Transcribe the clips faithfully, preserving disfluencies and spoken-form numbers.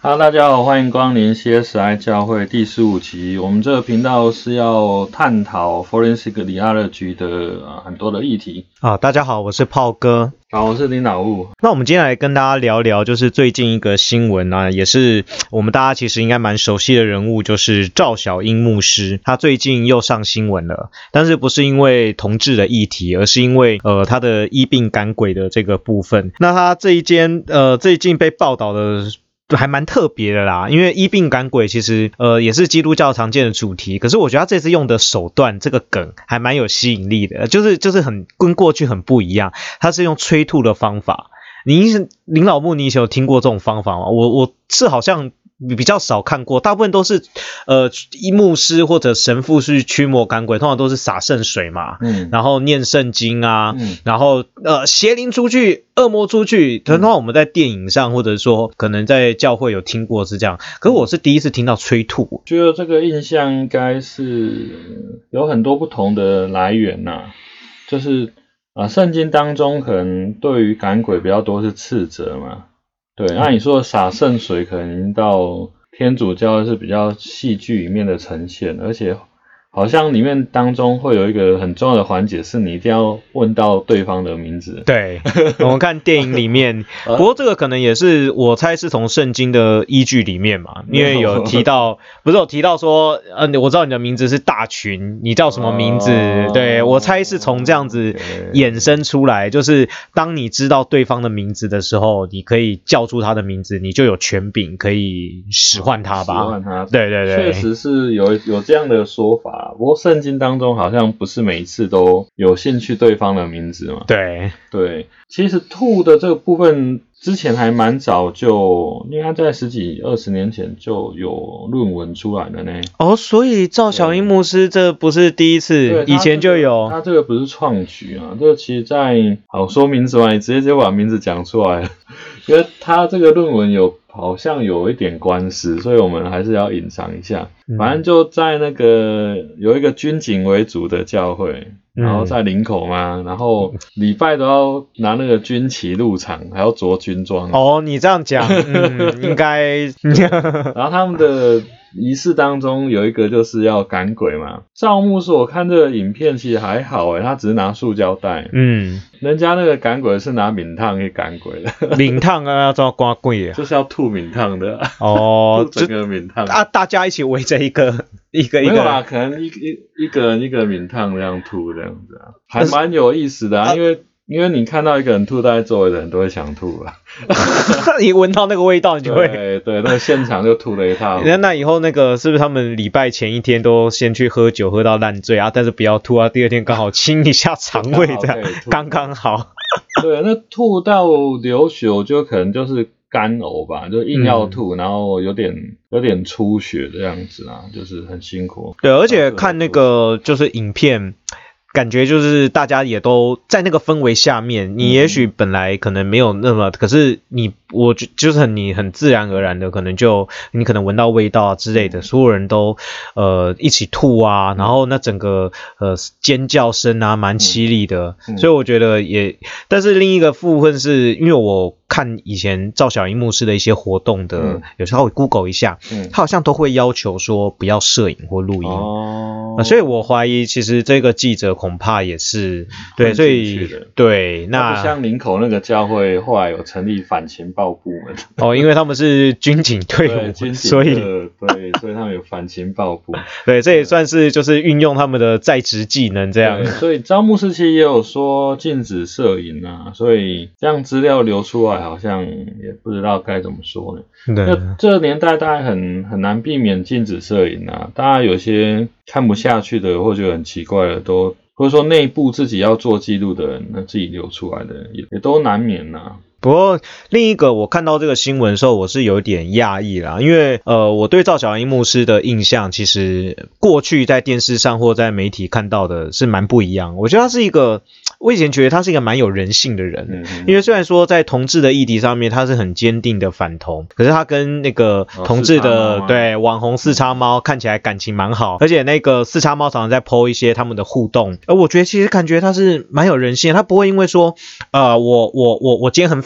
Hello， 大家好，欢迎光临 C S I 教会第十五期。我们这个频道是要探讨 Forensic Theology 的、呃、很多的议题。 啊，大家好，我是炮哥。 好，我是林老悟。 那我们今天来跟大家聊聊，就是最近一个新闻啊，也是我们大家其实应该蛮熟悉的人物，就是赵小英牧师。他最近又上新闻了，但是不是因为同志的议题，而是因为呃他的医病赶鬼的这个部分。那他这一间呃最近被报道的还蛮特别的啦，因为医病赶鬼其实呃也是基督教常见的主题，可是我觉得他这次用的手段这个梗还蛮有吸引力的，就是就是很跟过去很不一样，他是用催吐的方法。你林老木，你以前有听过这种方法吗？我我是好像比较少看过，大部分都是呃牧师或者神父去驱魔赶鬼，通常都是洒圣水嘛，嗯，然后念圣经啊，嗯，然后呃邪灵出去，恶魔出去，通常我们在电影上或者说可能在教会有听过是这样，可是我是第一次听到催吐。 觉得这个印象应该是有很多不同的来源呐、啊，就是啊圣经当中可能对于赶鬼比较多是斥责嘛。对，那你说洒圣水可能到天主教是比较戏剧里面的呈现，而且好像里面当中会有一个很重要的环节，是你一定要问到对方的名字。 对，我们看电影里面，不过这个可能也是我猜是从圣经的依据里面嘛，因为有提到，不是有提到说，呃，我知道你的名字是大群，你叫什么名字？哦、对，我猜是从这样子衍生出来，就是当你知道对方的名字的时候，你可以叫出他的名字，你就有权柄可以使唤他吧？ 使唤他， 对对对， 确实是有有这样的说法。不过圣经当中好像不是每一次都有兴趣对方的名字嘛。 对对，其实吐的这个部分之前还蛮早就，应该在十几二十年前就有论文出来的呢。 哦，所以赵小英牧师这不是第一次，以前就有。 他这个不是创举啊，这个其实在好说名字嘛，你直接就把名字讲出来了，因为他这个论文有好像有一点官司，所以我们还是要隐藏一下。反正就在那个有一个军警为主的教会，然后在林口嘛，然后礼拜都要拿那个军旗入场，还要着军装。 哦，你这样讲，嗯，应该。 然后他们的仪式当中有一个就是要赶鬼嘛。赵牧师我看这个影片其实还好诶，他只是拿塑胶袋。嗯，人家那个赶鬼是拿抿烫去赶鬼的。 抿烫啊，要抓刮鬼啊， 就是要吐抿烫的。 哦， 整个抿烫啊，大家一起围着一个一个一个。 没有啦，可能一一一个人一个抿烫这样吐这样子啊，还蛮有意思的啊，因为。因为你看到一个人吐，大概周围的人都会想吐啊。 你闻到那个味道，你就会对对，那个现场就吐了一塌糊涂。 那以后那个是不是他们礼拜前一天都先去喝酒，喝到烂醉啊？但是不要吐啊，第二天刚好清一下肠胃，这样刚刚好。 对，那吐到流血，我觉得可能就是干呕吧，就硬要吐，嗯、然后有点有点出血这样子啊，就是很辛苦。 对，而且看那个就是影片。感觉就是大家也都在那个氛围下面，你也许本来可能没有那么，可是你我就是很你很自然而然的，可能就你可能闻到味道啊之类的，所有人都呃一起吐啊，然后那整个呃尖叫声啊蛮凄厉的，嗯嗯、所以我觉得也，但是另一个部分是因为我看以前赵小英牧师的一些活动的，嗯、有时候会 Google 一下，嗯、他好像都会要求说不要摄影或录音，哦呃、所以我怀疑其实这个记者恐怕也是对，所以对那不像林口那个教会后来有成立反情报部门哦，因为他们是军警队伍，所以对，所以他们有反情报部， 对，这也算是就是运用他们的在职技能这样。 所以招牧师其实也有说禁止摄影啊，所以这样资料流出来好像也不知道该怎么说呢。那这个年代大概很很难避免禁止摄影啊，大家有些看不下去的或者很奇怪的都。或者说内部自己要做记录的人，那自己流出来的也也都难免啊。 不过另一个我看到这个新闻的时候，我是有点讶异啦，因为呃，我对赵小英牧师的印象，其实过去在电视上或在媒体看到的是蛮不一样。我觉得他是一个，我以前觉得他是一个蛮有人性的人，嗯嗯因为虽然说在同志的议题上面他是很坚定的反同，可是他跟那个同志的、哦啊、对网红四叉猫看起来感情蛮好，而且那个四叉猫常常在 po 一些他们的互动，而我觉得其实感觉他是蛮有人性的，他不会因为说呃我我我我今天很反。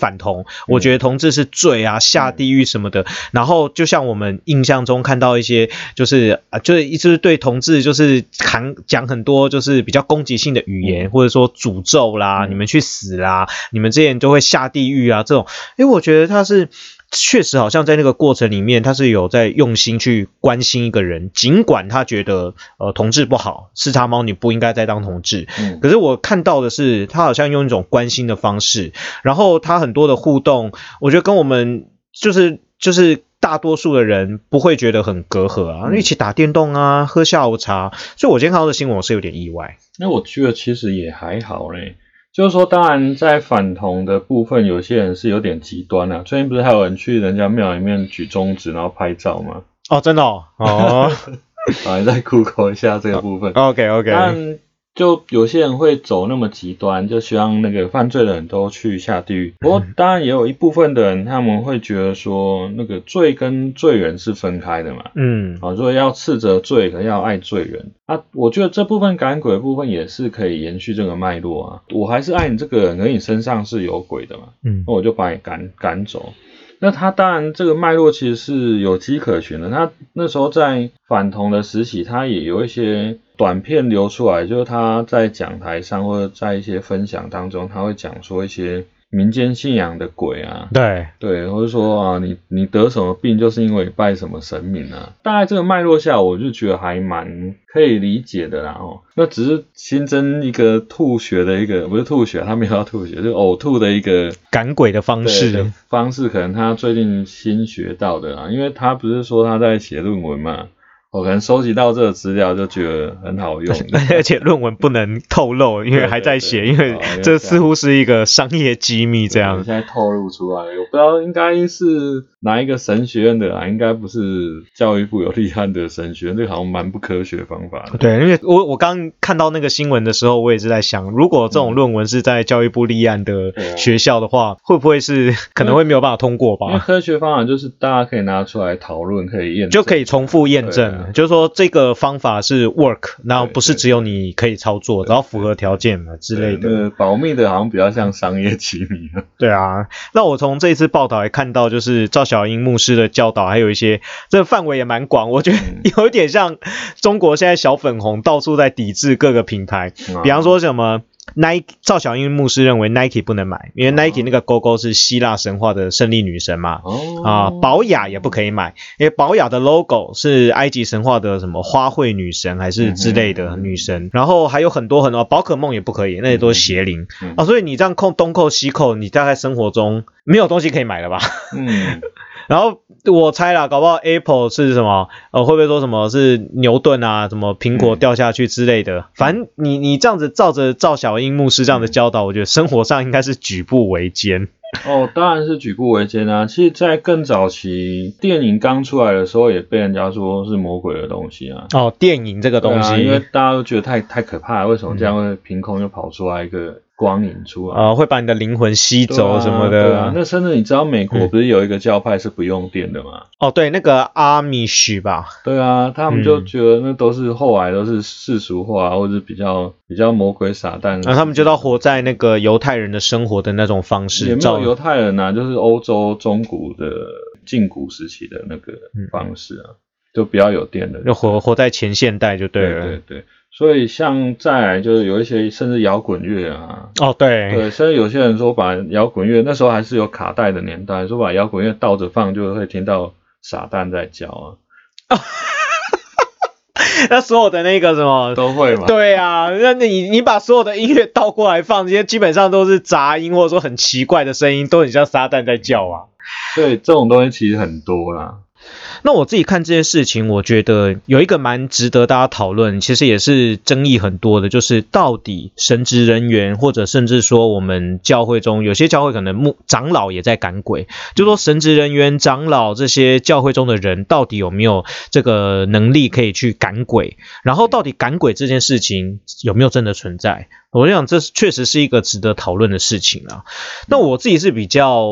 反同，我觉得同志是罪啊，下地狱什么的。然后就像我们印象中看到一些，就是啊，就是一直对同志就是含讲很多就是比较攻击性的语言，或者说诅咒啦，你们去死啦，你们之前就会下地狱啊这种。因为我觉得他是。确实好像在那个过程里面他是有在用心去关心一个人，尽管他觉得呃同志不好，四叉猫你不应该再当同志、嗯、可是我看到的是他好像用一种关心的方式，然后他很多的互动我觉得跟我们就是就是大多数的人不会觉得很隔阂啊、嗯、一起打电动啊，喝下午茶，所以我今天看到的新闻我是有点意外。 那我觉得其实也还好嘞，就是说当然在反同的部分有些人是有点极端啊，最近不是还有人去人家庙里面举中指然后拍照吗？ 哦真的哦哦好，你再 Google 一下这个部分。 OK OK， 但就有些人会走那么极端，就希望那个犯罪的人都去下地狱。不过当然也有一部分的人他们会觉得说那个罪跟罪人是分开的嘛，嗯，好，所以要斥责罪可要爱罪人啊。我觉得这部分赶鬼的部分也是可以延续这个脉络啊，我还是爱你这个人，可你身上是有鬼的嘛，嗯，那我就把你赶赶走。那他当然这个脉络其实是有迹可循的，他那时候在反同的时期他也有一些短片流出来，就是他在讲台上或者在一些分享当中他会讲说一些民间信仰的鬼啊， 对对，或者说啊你你得什么病就是因为拜什么神明啊，大概这个脉络下我就觉得还蛮可以理解的啦哦。那只是新增一个吐血的一个，不是吐血，他没有要吐血，就是呕吐的一个赶鬼的方式的方式，可能他最近新学到的啦，因为他不是说他在写论文嘛，我可能收集到这个资料就觉得很好用， 而且论文不能透露，因为还在写，对对对，因为这似乎是一个商业机密这样。 现在透露出来，我不知道应该是哪一个神学院的啦，应该不是教育部有立案的神学院，这个好像蛮不科学的方法的。 对，因为我我刚看到那个新闻的时候，我也是在想，如果这种论文是在教育部立案的学校的话，嗯、会不会是可能会没有办法通过吧？ 因为科学方法就是大家可以拿出来讨论，可以验证， 就可以重复验证。就是说这个方法是 work， 然后不是只有你可以操作，然后符合条件嘛之类的。 呃，保密的好像比较像商业机密。 对啊，那我从这一次报道也看到，就是赵小英牧师的教导，还有一些这个范围也蛮广，我觉得有一点像中国现在小粉红到处在抵制各个品牌，嗯、比方说什么。Nike 赵小英牧师认为 Nike 不能买，因为 Nike 那个勾勾是希腊神话的胜利女神嘛，哦、啊，宝雅也不可以买，因为宝雅的 logo 是埃及神话的什么花卉女神还是之类的女神，嗯、然后还有很多很多宝可梦也不可以，那些都是邪灵、嗯、啊，所以你这样扣东扣西扣，你大概生活中没有东西可以买了吧？嗯。然后我猜啦，搞不好 Apple 是什么？呃，会不会说什么是牛顿啊？什么苹果掉下去之类的？嗯、反正你你这样子照着赵小英牧师这样的教导，我觉得生活上应该是举步维艰。 哦，当然是举步维艰啊！其实，在更早期电影刚出来的时候，也被人家说是魔鬼的东西啊。 哦，电影这个东西，啊、 因为大家都觉得太太可怕了，为什么这样会凭空就跑出来一个？光影出来啊、呃，会把你的灵魂吸走什么的。 对啊，对啊，那甚至你知道美国不是有一个教派是不用电的吗？嗯、 哦，对，那个阿米什吧。 对啊，他们就觉得那都是后来都是世俗化，或者比较比较魔鬼撒旦。 那、啊、他们就要活在那个犹太人的生活的那种方式。 也没有犹太人啊，就是欧洲中古的近古时期的那个方式啊，嗯、就比较有电的， 就活活在前现代就对了。 对对对。所以像再来就是有一些甚至摇滚乐啊， 哦对对，甚至有些人说把摇滚乐那时候还是有卡带的年代，说把摇滚乐倒着放就会听到撒旦在叫啊。 那所有的那个什么都会嘛？ 对啊，那你你把所有的音乐倒过来放，这些基本上都是杂音或者说很奇怪的声音，都很像撒旦在叫啊。 对，这种东西其实很多啦。 那我自己看这件事情，我觉得有一个蛮值得大家讨论，其实也是争议很多的，就是到底神职人员或者甚至说我们教会中有些教会可能牧长老也在赶鬼，就说神职人员、长老这些教会中的人到底有没有这个能力可以去赶鬼，然后到底赶鬼这件事情有没有真的存在？我想这确实是一个值得讨论的事情啊。那我自己是比较。比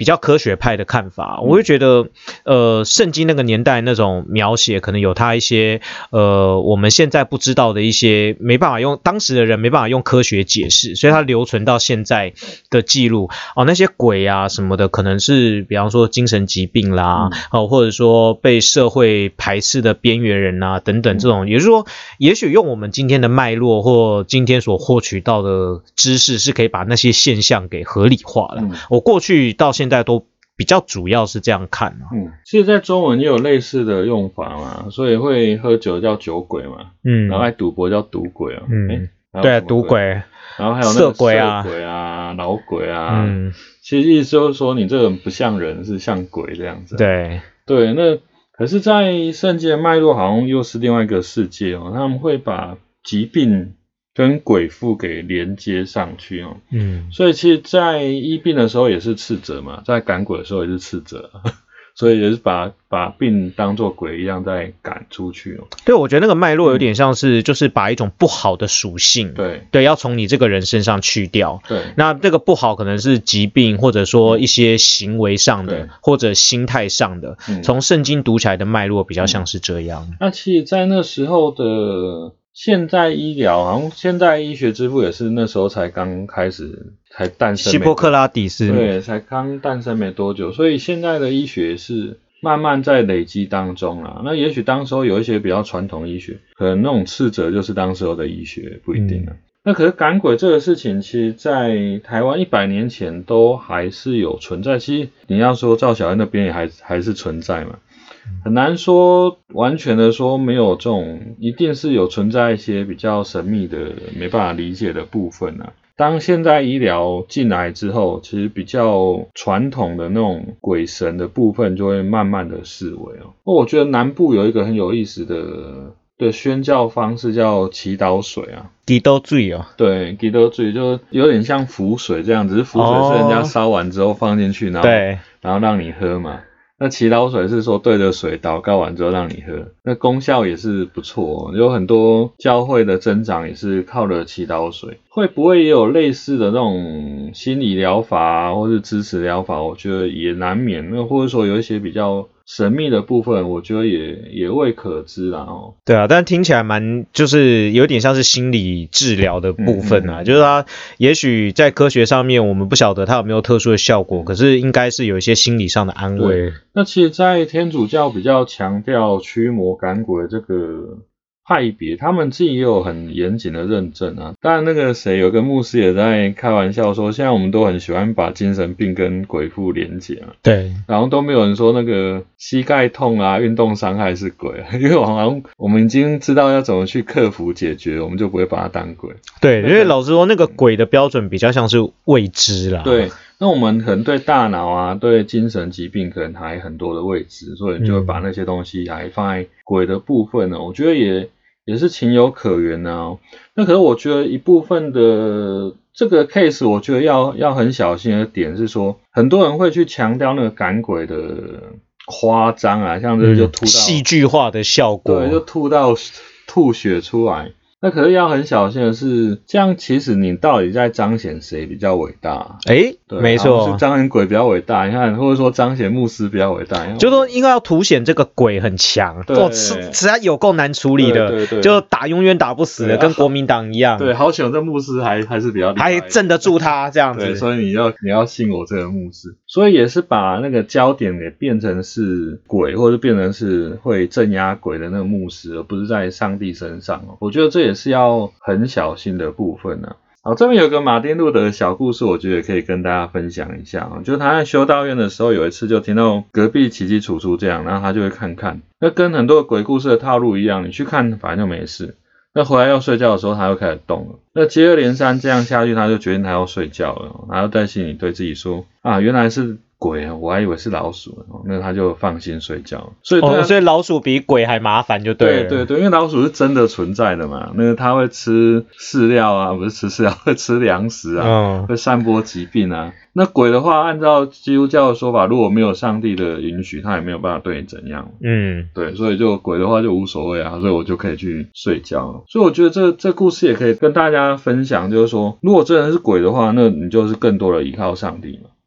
比较科学派的看法，我会觉得呃圣经那个年代那种描写可能有它一些呃我们现在不知道的一些没办法用当时的人没办法用科学解释，所以它留存到现在的记录哦，那些鬼啊什么的可能是比方说精神疾病啦、嗯、哦，或者说被社会排斥的边缘人啊等等这种、嗯、也就是说也许用我们今天的脉络或今天所获取到的知识是可以把那些现象给合理化了、嗯、我过去到现在都比较主要是这样看、啊、 嗯，其实在中文也有类似的用法嘛，所以会喝酒叫酒鬼嘛，嗯，然后爱赌博叫赌鬼啊，嗯， 对啊，赌鬼， 然后还有那个色鬼啊、色鬼啊、老鬼啊，嗯，其实意思就是说你这个人不像人，是像鬼这样子、啊。 对对，那可是，在圣经的脉络好像又是另外一个世界哦，他们会把疾病跟鬼附给连接上去哦，嗯，所以其实，在医病的时候也是斥责嘛，在赶鬼的时候也是斥责。所以也是把把病当作鬼一样在赶出去哦。 对，我觉得那个脉络有点像是，就是把一种不好的属性，对对，要从你这个人身上去掉。对，那这个不好可能是疾病，或者说一些行为上的，或者心态上的。从圣经读起来的脉络比较像是这样。 嗯、那其实，在那时候的现代医疗，好像现代医学之父也是那时候才刚开始。才诞生， 希波克拉底是对，才刚诞生没多久，所以现在的医学是慢慢在累积当中啦。那也许当时候有一些比较传统医学，可能那种斥责就是当时候的医学，不一定啦。嗯、那可是赶鬼这个事情，其实在台湾一百年前都还是有存在。其实你要说赵小安那边也还还是存在嘛，很难说完全的说没有这种，一定是有存在一些比较神秘的没办法理解的部分啊。当现代医疗进来之后，其实比较传统的那种鬼神的部分就会慢慢的式微哦。我觉得南部有一个很有意思的的宣教方式叫祈祷水啊， 祈祷水哦， 对，祈祷水就有点像符水这样，只是符水是人家烧完之后放进去，然后对， 然后让你喝嘛。那祈祷水是说对着水祷告完之后让你喝，那功效也是不错哦，有很多教会的增长也是靠了祈祷水。会不会也有类似的那种心理疗法啊，或是支持疗法？我觉得也难免，那或者说有一些比较神秘的部分，我觉得也也未可知啦哦。 对啊，但听起来蛮就是有点像是心理治疗的部分啊，嗯嗯嗯就是它也许在科学上面我们不晓得它有没有特殊的效果，可是应该是有一些心理上的安慰。 那其实，在天主教比较强调驱魔赶鬼这个派别，他们自己也有很严谨的认证啊。当然那个谁有个牧师也在开玩笑说，现在我们都很喜欢把精神病跟鬼附连结啊。 对， 然后都没有人说那个膝盖痛啊、运动伤害是鬼啊，因为好像我们已经知道要怎么去克服解决，我们就不会把它当鬼。 对，因为老实说那个鬼的标准比较像是未知啦。 对。那我们可能对大脑啊、对精神疾病可能还很多的未知，所以就会把那些东西还放在鬼的部分呢。我觉得也也是情有可原啊。那可是我觉得一部分的这个 case， 我觉得要要很小心的点是说，很多人会去强调那个赶鬼的夸张啊，像这就吐到戏剧化的效果， 对，就吐到吐血出来。那可是要很小心的是，这样其实你到底在彰显谁比较伟大？ 诶，没错， 是彰显鬼比较伟大，你看，或者说彰显牧师比较伟大， 就说应该要凸显这个鬼很强，哦，实在有够难处理的，对对对，就打永远打不死的，跟国民党一样。 对，好险这牧师还还是比较厉害， 还镇得住他这样子。 对，所以你要你要信我这个牧师，所以也是把那个焦点给变成是鬼，或者变成是会镇压鬼的那个牧师，而不是在上帝身上哦。我觉得这也是要很小心的部分啊。好，这边有个马丁路德的小故事，我觉得可以跟大家分享一下啊。就是他在修道院的时候，有一次就听到隔壁起起楚楚这样，然后他就会看看，那跟很多鬼故事的套路一样，你去看反正就没事，那回来要睡觉的时候他又开始动了，那接二连三这样下去，他就决定他要睡觉了，然后在心里对自己说啊，原来是鬼啊，我还以为是老鼠，那他就放心睡觉。所以对、啊哦、所以老鼠比鬼还麻烦就对了。 对对对，因为老鼠是真的存在的嘛，那个它会吃饲料啊，不是吃饲料，会吃粮食啊、嗯，会散播疾病啊。那鬼的话，按照基督教的说法，如果没有上帝的允许，他也没有办法对你怎样。嗯，对，所以就鬼的话就无所谓啊，所以我就可以去睡觉。所以我觉得这这故事也可以跟大家分享，就是说，如果真的是鬼的话，那你就是更多的依靠上帝嘛。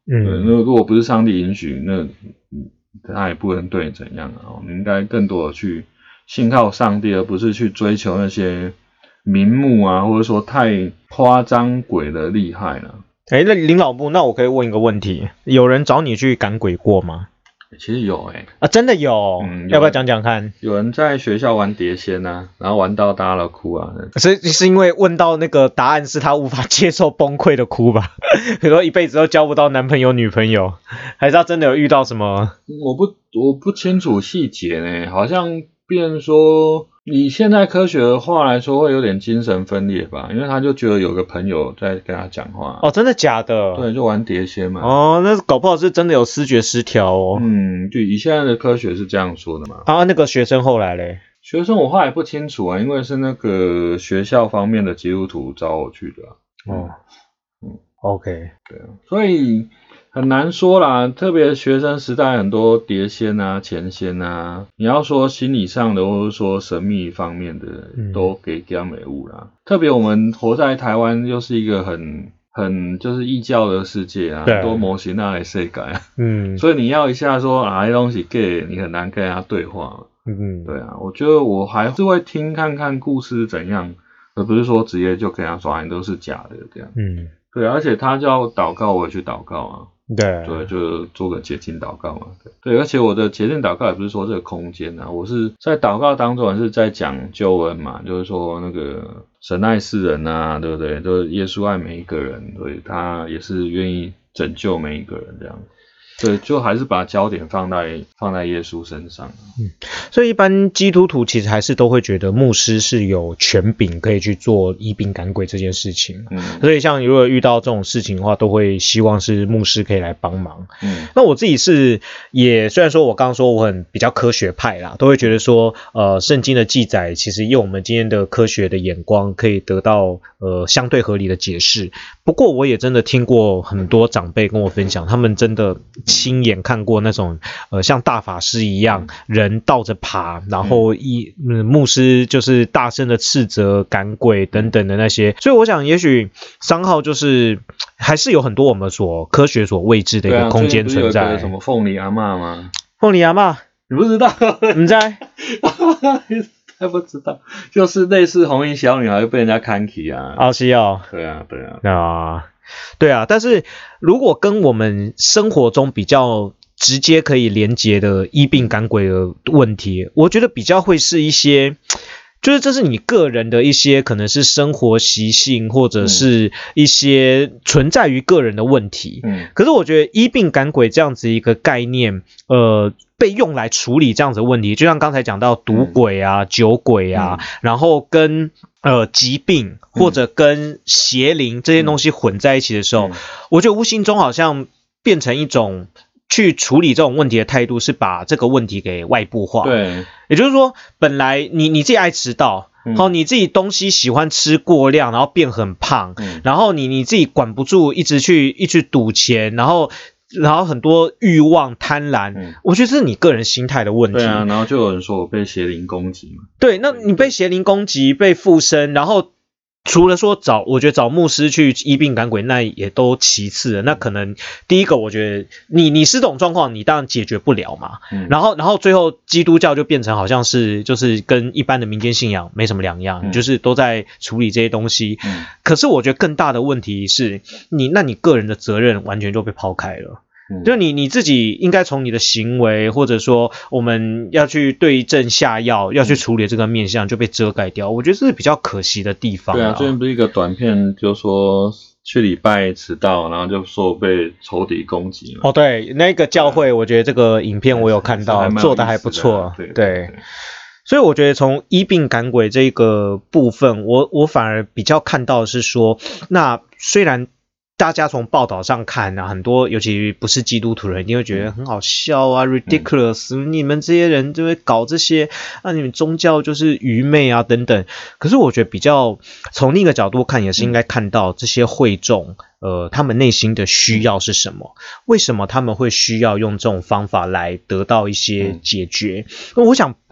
嗯，对，那如果不是上帝允许，那他也不能对你怎样啊。你应该更多的去信靠上帝，而不是去追求那些名目啊，或者说太夸张鬼的厉害了。 哎，那林老布，那我可以问一个问题，有人找你去赶鬼过吗？ 其实有哎、欸、 啊，真的有，嗯、要不要讲讲看？ 有人在学校玩碟仙啊，然后玩到大家都哭啊。 所以是因为问到那个答案是他无法接受崩溃的哭吧？比如说一辈子都交不到男朋友女朋友，还是他真的有遇到什么？ 我不我不清楚细节呢，好像变说以现在科学的话来说，会有点精神分裂吧，因为他就觉得有个朋友在跟他讲话。 哦，真的假的？ 对，就玩碟仙嘛。 哦，那搞不好是真的有思觉失调哦。 嗯，就以现在的科学是这样说的嘛。 啊，那个学生后来嘞？ 学生我后来不清楚啊，因为是那个学校方面的基督徒找我去的、啊。 哦，嗯 ，OK， 对啊，所以很难说啦，特别学生时代很多碟仙啊、钱仙啊，你要说心理上的或者说神秘方面的，嗯、都给给他美物啦。特别我们活在台湾，又是一个很很就是异教的世界啊，很多模型啊来世界啊，嗯，所以你要一下说啊，这东西给你很难跟人家对话。嗯，对啊，我觉得我还是会听看看故事怎样，而不是说直接就跟他说啊，你都是假的这样。嗯，对，而且他叫祷告，我也去祷告啊。对，对，就做个洁净祷告嘛。对，而且我的洁净祷告也不是说这个空间啊，我是在祷告当中也是在讲救恩嘛，就是说那个神爱世人啊，对不对？就是耶稣爱每一个人，对，他也是愿意拯救每一个人这样。对，就还是把焦点放在放在耶稣身上。 嗯，所以一般基督徒其实还是都会觉得牧师是有权柄可以去做医病赶鬼这件事情。嗯，所以像如果遇到这种事情的话，都会希望是牧师可以来帮忙。嗯，那我自己是也虽然说我刚刚说我很比较科学派啦，都会觉得说呃圣经的记载其实用我们今天的科学的眼光可以得到呃相对合理的解释。不过我也真的听过很多长辈跟我分享，他们真的亲眼看过那种呃像大法师一样人倒着爬，然后一、嗯、牧师就是大声的斥责赶鬼等等的那些，所以我想也许商号就是还是有很多我们所科学所未知的一个空间存在。 对啊，有什么凤梨阿嬷吗？ 凤梨阿嬷你不知道？ 你在？ 还不知道，就是类似红衣小女孩被人家看起啊。 哦，是哦。 对啊，对啊。 啊，对啊，但是如果跟我们生活中比较直接可以连结的医病赶鬼的问题，我觉得比较会是一些，就是这是你个人的一些可能是生活习性，或者是一些存在于个人的问题。嗯，可是我觉得医病赶鬼这样子一个概念，呃。被用来处理这样子的问题，就像刚才讲到赌鬼啊、嗯、酒鬼啊，嗯、然后跟呃疾病或者跟邪灵这些东西混在一起的时候，嗯、我觉得无形中好像变成一种去处理这种问题的态度，是把这个问题给外部化。 对， 也就是说，本来你你自己爱迟到。好、嗯，你自己东西喜欢吃过量，然后变很胖，嗯、然后你你自己管不住，一直去一直赌钱，然后。然后很多欲望贪婪、嗯，我觉得这是你个人心态的问题。 对啊，然后就有人说我被邪灵攻击嘛。 对，那你被邪灵攻击、被附身，然后除了说找，我觉得找牧师去医病赶鬼，那也都其次了。那可能第一个，我觉得你你是这种状况，你当然解决不了嘛。嗯、然后然后最后基督教就变成好像是就是跟一般的民间信仰没什么两样，嗯、就是都在处理这些东西。嗯、可是我觉得更大的问题是你，那你个人的责任完全就被抛开了。就你你自己应该从你的行为，或者说我们要去对症下药，要去处理这个面向就被遮盖掉，我觉得这是比较可惜的地方。 对啊，最近不是一个短片，就说去礼拜迟到，然后就说被仇敌攻击嘛。 哦，对，那个教会，我觉得这个影片我有看到，做得还不错。 对， 对， 对， 对，所以我觉得从医病赶鬼这个部分，我我反而比较看到的是说，那虽然。大家从报道上看啊，很多尤其不是基督徒人一定会觉得很好笑啊、嗯、，ridiculous，、嗯、你们这些人就会搞这些，啊，你们宗教就是愚昧啊等等。可是我觉得比较从另一个角度看，也是应该看到这些会众，呃，他们内心的需要是什么？为什么他们会需要用这种方法来得到一些解决？嗯、我想。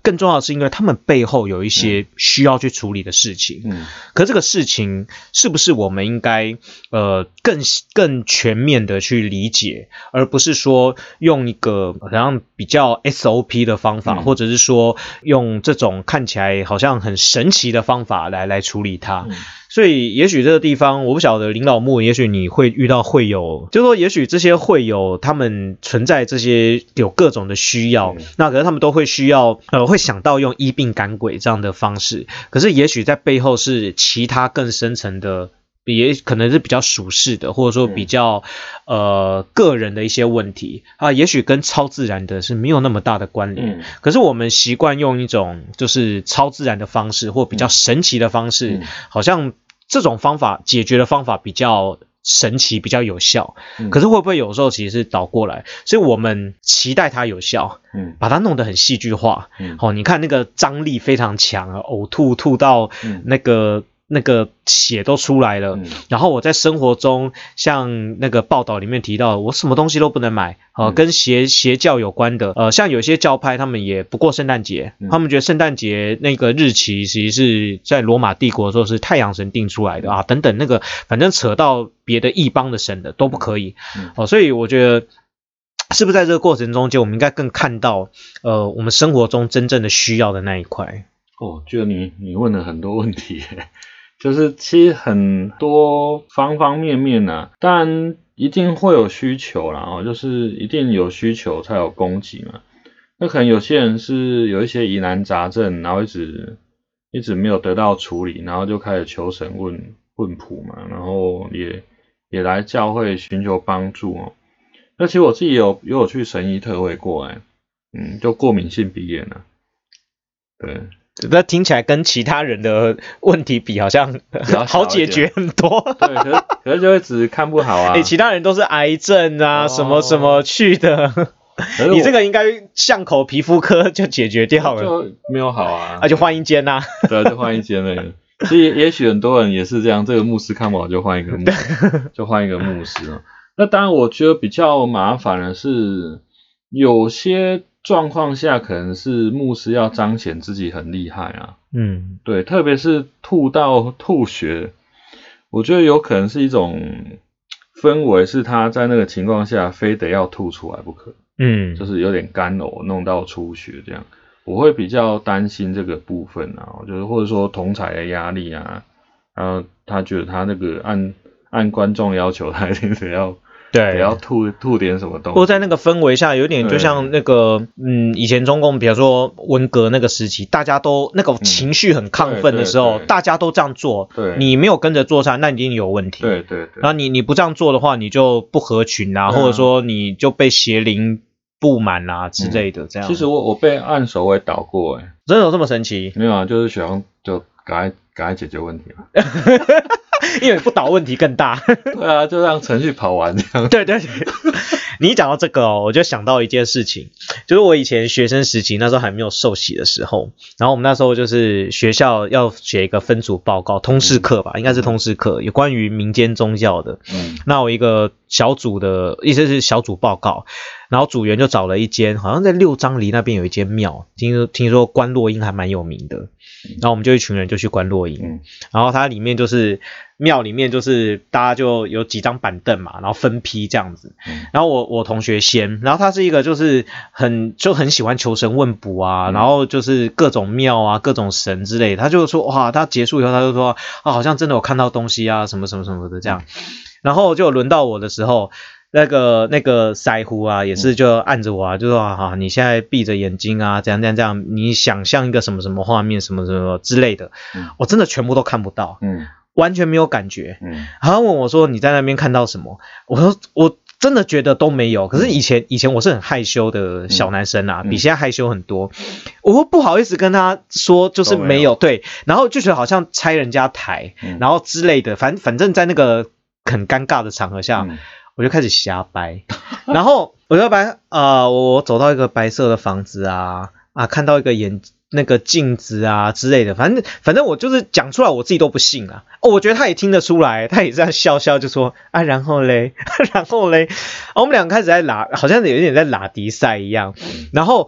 更重要的是因为他们背后有一些需要去处理的事情。嗯，可这个事情是不是我们应该呃更更全面的去理解，而不是说用一个好像比较 S O P 的方法，嗯、或者是说用这种看起来好像很神奇的方法来来处理它。嗯，所以也许这个地方我不晓得领导木，也许你会遇到会友，就是说也许这些会友他们存在这些有各种的需要，嗯、那可是他们都会需要呃会想到用医病赶鬼这样的方式，可是也许在背后是其他更深层的，也可能是比较属世的，或者说比较、嗯、呃个人的一些问题啊，也许跟超自然的是没有那么大的关联。嗯、可是我们习惯用一种就是超自然的方式，或比较神奇的方式，嗯、好像这种方法解决的方法比较神奇，比较有效。嗯、可是会不会有时候其实是倒过来？所以我们期待它有效，嗯、把它弄得很戏剧化。嗯哦、你看那个张力非常强，呕吐吐到那个。嗯那个血都出来了，嗯、然后我在生活中，像那个报道里面提到，我什么东西都不能买，呃、嗯、跟邪邪教有关的，呃，像有些教派他们也不过圣诞节，嗯、他们觉得圣诞节那个日期其实是在罗马帝国的时候是太阳神定出来的啊，等等那个，反正扯到别的异邦的神的都不可以，嗯哦、所以我觉得。是不是在这个过程中间，我们应该更看到，呃，我们生活中真正的需要的那一块？ 哦，就你你问了很多问题，就是其实很多方方面面啊，当然一定会有需求啦，哦，就是一定有需求才有供给嘛。那可能有些人是有一些疑难杂症，然后一直一直没有得到处理，然后就开始求神问问卜嘛，然后也也来教会寻求帮助哦。那其实我自己有也有去神医特会过哎，嗯，就过敏性鼻炎啊，对。 那听起来跟其他人的问题比，好像好解决很多。 对，可是可是就会只看不好啊。 哎、欸，其他人都是癌症啊，哦、什么什么去的，你这个应该巷口皮肤科就解决掉了， 就没有好啊。 那、啊、就换一间呐、啊。 对，就换一间了。所以也许很多人也是这样，这个牧师看不好就换一个牧师，就换一个牧师哦。那当然，我觉得比较麻烦的是，有些状况下可能是牧师要彰显自己很厉害啊。嗯，对，特别是吐到吐血，我觉得有可能是一种氛围，是他在那个情况下非得要吐出来不可。嗯，就是有点干呕，弄到出血这样。我会比较担心这个部分啊，就是或者说同侪的压力啊，然后他觉得他那个按按观众要求，他一定得要。对，得要吐吐点什么东西， 或在那个氛围下，有点就像那个，嗯，以前中共，比如说文革那个时期，大家都那个情绪很亢奋的时候，嗯、大家都这样做，对，你没有跟着做上，那一定有问题。 对对对。 然后你你不这样做的话，你就不合群啊，或者说你就被邪灵不满啊之类的，这样。 嗯、其实我我被按手也倒过，哎， 真的有这么神奇？ 没有啊，就是想就赶快赶快解决问题嘛。 因为不倒问题更大。 对啊，就让程序跑完这样。 对对对，你一讲到这个哦，我就想到一件事情，就是我以前学生时期那时候还没有受洗的时候，然后我们那时候就是学校要写一个分组报告，通识课吧，嗯、应该是通识课，有关于民间宗教的。嗯，那我一个小组的，意思是小组报告，然后组员就找了一间，好像在六张犁那边有一间庙，听说听说观落阴还蛮有名的，然后我们就一群人就去观落阴，嗯、然后它里面就是庙里面就是大家就有几张板凳嘛，然后分批这样子，嗯、然后我我同学先，然后他是一个就是很就很喜欢求神问卜啊，嗯、然后就是各种庙啊各种神之类的，他就说哇，他结束以后他就说啊，好像真的有看到东西啊什么什么什么的这样，嗯、然后就轮到我的时候。那个那个腮胡啊，也是就按着我啊，就说啊，你现在闭着眼睛啊，这样这样这样，你想象一个什么什么画面，什么什么之类的，嗯、我真的全部都看不到，嗯，完全没有感觉，嗯，然后问我说你在那边看到什么？我说我真的觉得都没有，可是以前以前我是很害羞的小男生啊，嗯、比现在害羞很多，我会不好意思跟他说就是没有，没有对，然后就觉得好像拆人家台，嗯、然后之类的，反反正在那个很尴尬的场合下。嗯我就开始瞎掰，然后我就掰啊、呃，我走到一个白色的房子啊啊，看到一个眼那个镜子啊之类的，反正反正我就是讲出来，我自己都不信啊。哦，我觉得他也听得出来，他也这样笑笑就说啊，然后嘞，然后嘞，我们两个开始在拉，好像有一点在拉迪赛一样，然后。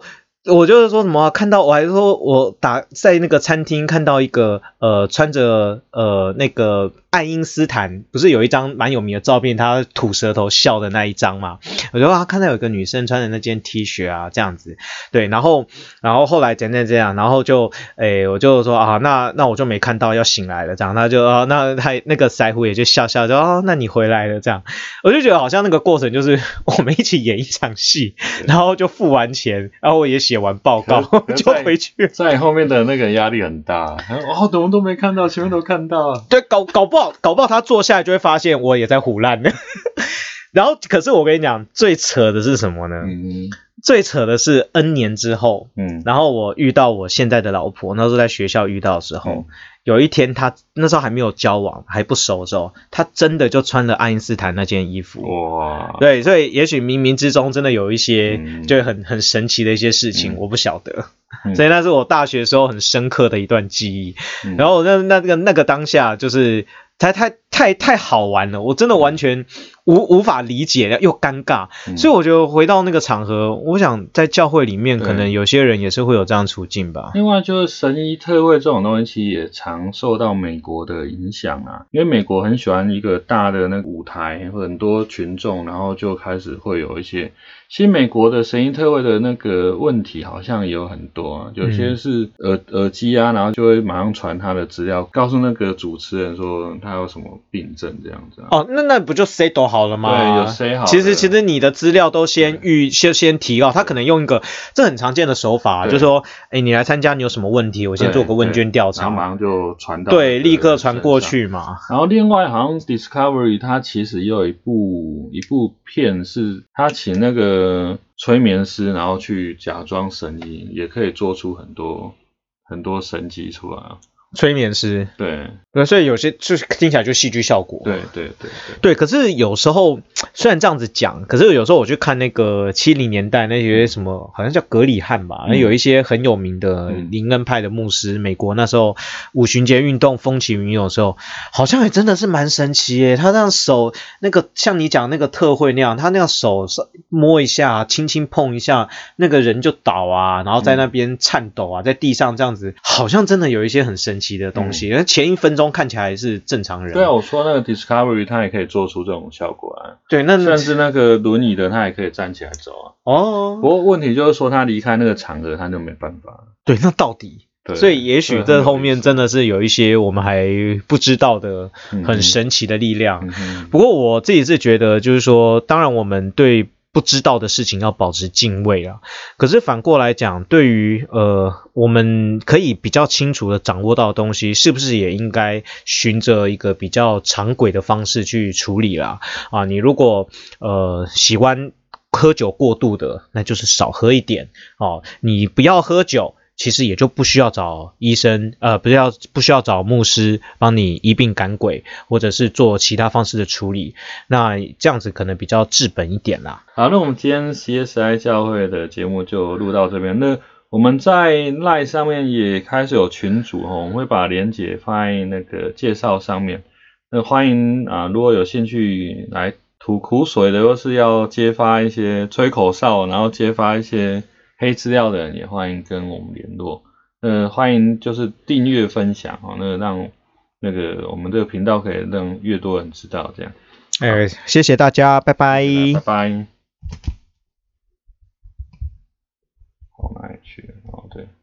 我就是说什么看到我还说我打在那个餐厅看到一个呃穿着呃那个爱因斯坦不是有一张蛮有名的照片，他吐舌头笑的那一张嘛，我就说看到有个女生穿的那件 T 恤啊这样子，对，然后然后后来怎样怎样，然后就诶我就说啊那那我就没看到要醒来了这样，他就哦那他那个腮胡也就笑笑就哦那你回来了这样，我就觉得好像那个过程就是我们一起演一场戏，然后就付完钱，然后我也写完报告就回去。 在后面的那个压力很大，哦，怎么都没看到，前面都看到。 对，搞搞不好，搞不好他坐下来就会发现我也在唬烂了。然后，可是我跟你讲，最扯的是什么呢？嗯，最扯的是 N 年之后，嗯，然后我遇到我现在的老婆，那时候在学校遇到的时候。嗯，有一天他那时候还没有交往还不熟的时候，他真的就穿了爱因斯坦那件衣服。哇！对，所以也许冥冥之中真的有一些、嗯、就很很神奇的一些事情、嗯、我不晓得、嗯、所以那是我大学时候很深刻的一段记忆、嗯、然后那那个那个当下就是太太太太好玩了，我真的完全无无法理解又尴尬、嗯、所以我觉得回到那个场合，我想在教会里面可能有些人也是会有这样处境吧。 另外就是神医特会这种东西其实也常受到美国的影响啊，因为美国很喜欢一个大的那个舞台，很多群众，然后就开始会有一些，其实美国的神医特会的那个问题好像也有很多啊，有些是耳耳机啊，然后就会马上传他的资料，告诉那个主持人说他有什么病症这样子、啊。 哦，那那不就 set 好了吗？ 对，有 set 好。 其实其实你的资料都先预先先提到，他可能用一个这很常见的手法、啊，就是说，哎，你来参加你有什么问题，我先做个问卷调查， 然后马上就传到对，立刻传过去嘛。 然后另外好像 Discovery 它其实也有一部一部片是他请那个催眠师，然后去假装神医，也可以做出很多很多神迹出来。 催眠师， 对对，所以有些就是听起来就戏剧效果， 对对对对对。可是有时候虽然这样子讲，可是有时候我去看那个七零年代那些什么，好像叫格里汉吧，嗯、有一些很有名的灵恩派的牧师，嗯、美国那时候五旬节运动风起云涌的时候，好像也真的是蛮神奇耶。他这样手那个像你讲那个特会那样，他那样手摸一下，轻轻碰一下，那个人就倒啊，然后在那边颤抖啊，在地上这样子，好像真的有一些很神奇的东西，嗯、前一分钟看起来是正常人。 对啊，我说那个 Discovery 它也可以做出这种效果啊。 对，那甚至那个轮椅的它也可以站起来走啊。哦。不过问题就是说他离开那个场合他就没办法。 对，那到底？所以也许这后面真的是有一些我们还不知道的很神奇的力量。嗯、不过我自己是觉得就是说，当然我们对不知道的事情要保持敬畏啊。可是反过来讲，对于呃我们可以比较清楚的掌握到的东西，是不是也应该循着一个比较常轨的方式去处理啦？啊，你如果呃喜欢喝酒过度的，那就是少喝一点哦。你不要喝酒，其实也就不需要找医生，呃，不要不需要找牧师帮你医病赶鬼，或者是做其他方式的处理。那这样子可能比较治本一点啦。 好，那我们今天 C S I 教会的节目就录到这边。那我们在 LINE 上面也开始有群组哦，我们会把连结放在那个介绍上面。那欢迎啊，如果有兴趣来吐苦水的，或是要揭发一些吹口哨，然后揭发一些黑资料的人，也欢迎跟我们联络。呃，欢迎就是订阅分享哦，那让那个我们这个频道可以让越多人知道这样。 哎，谢谢大家，拜拜， 拜拜。往哪里去？哦，对。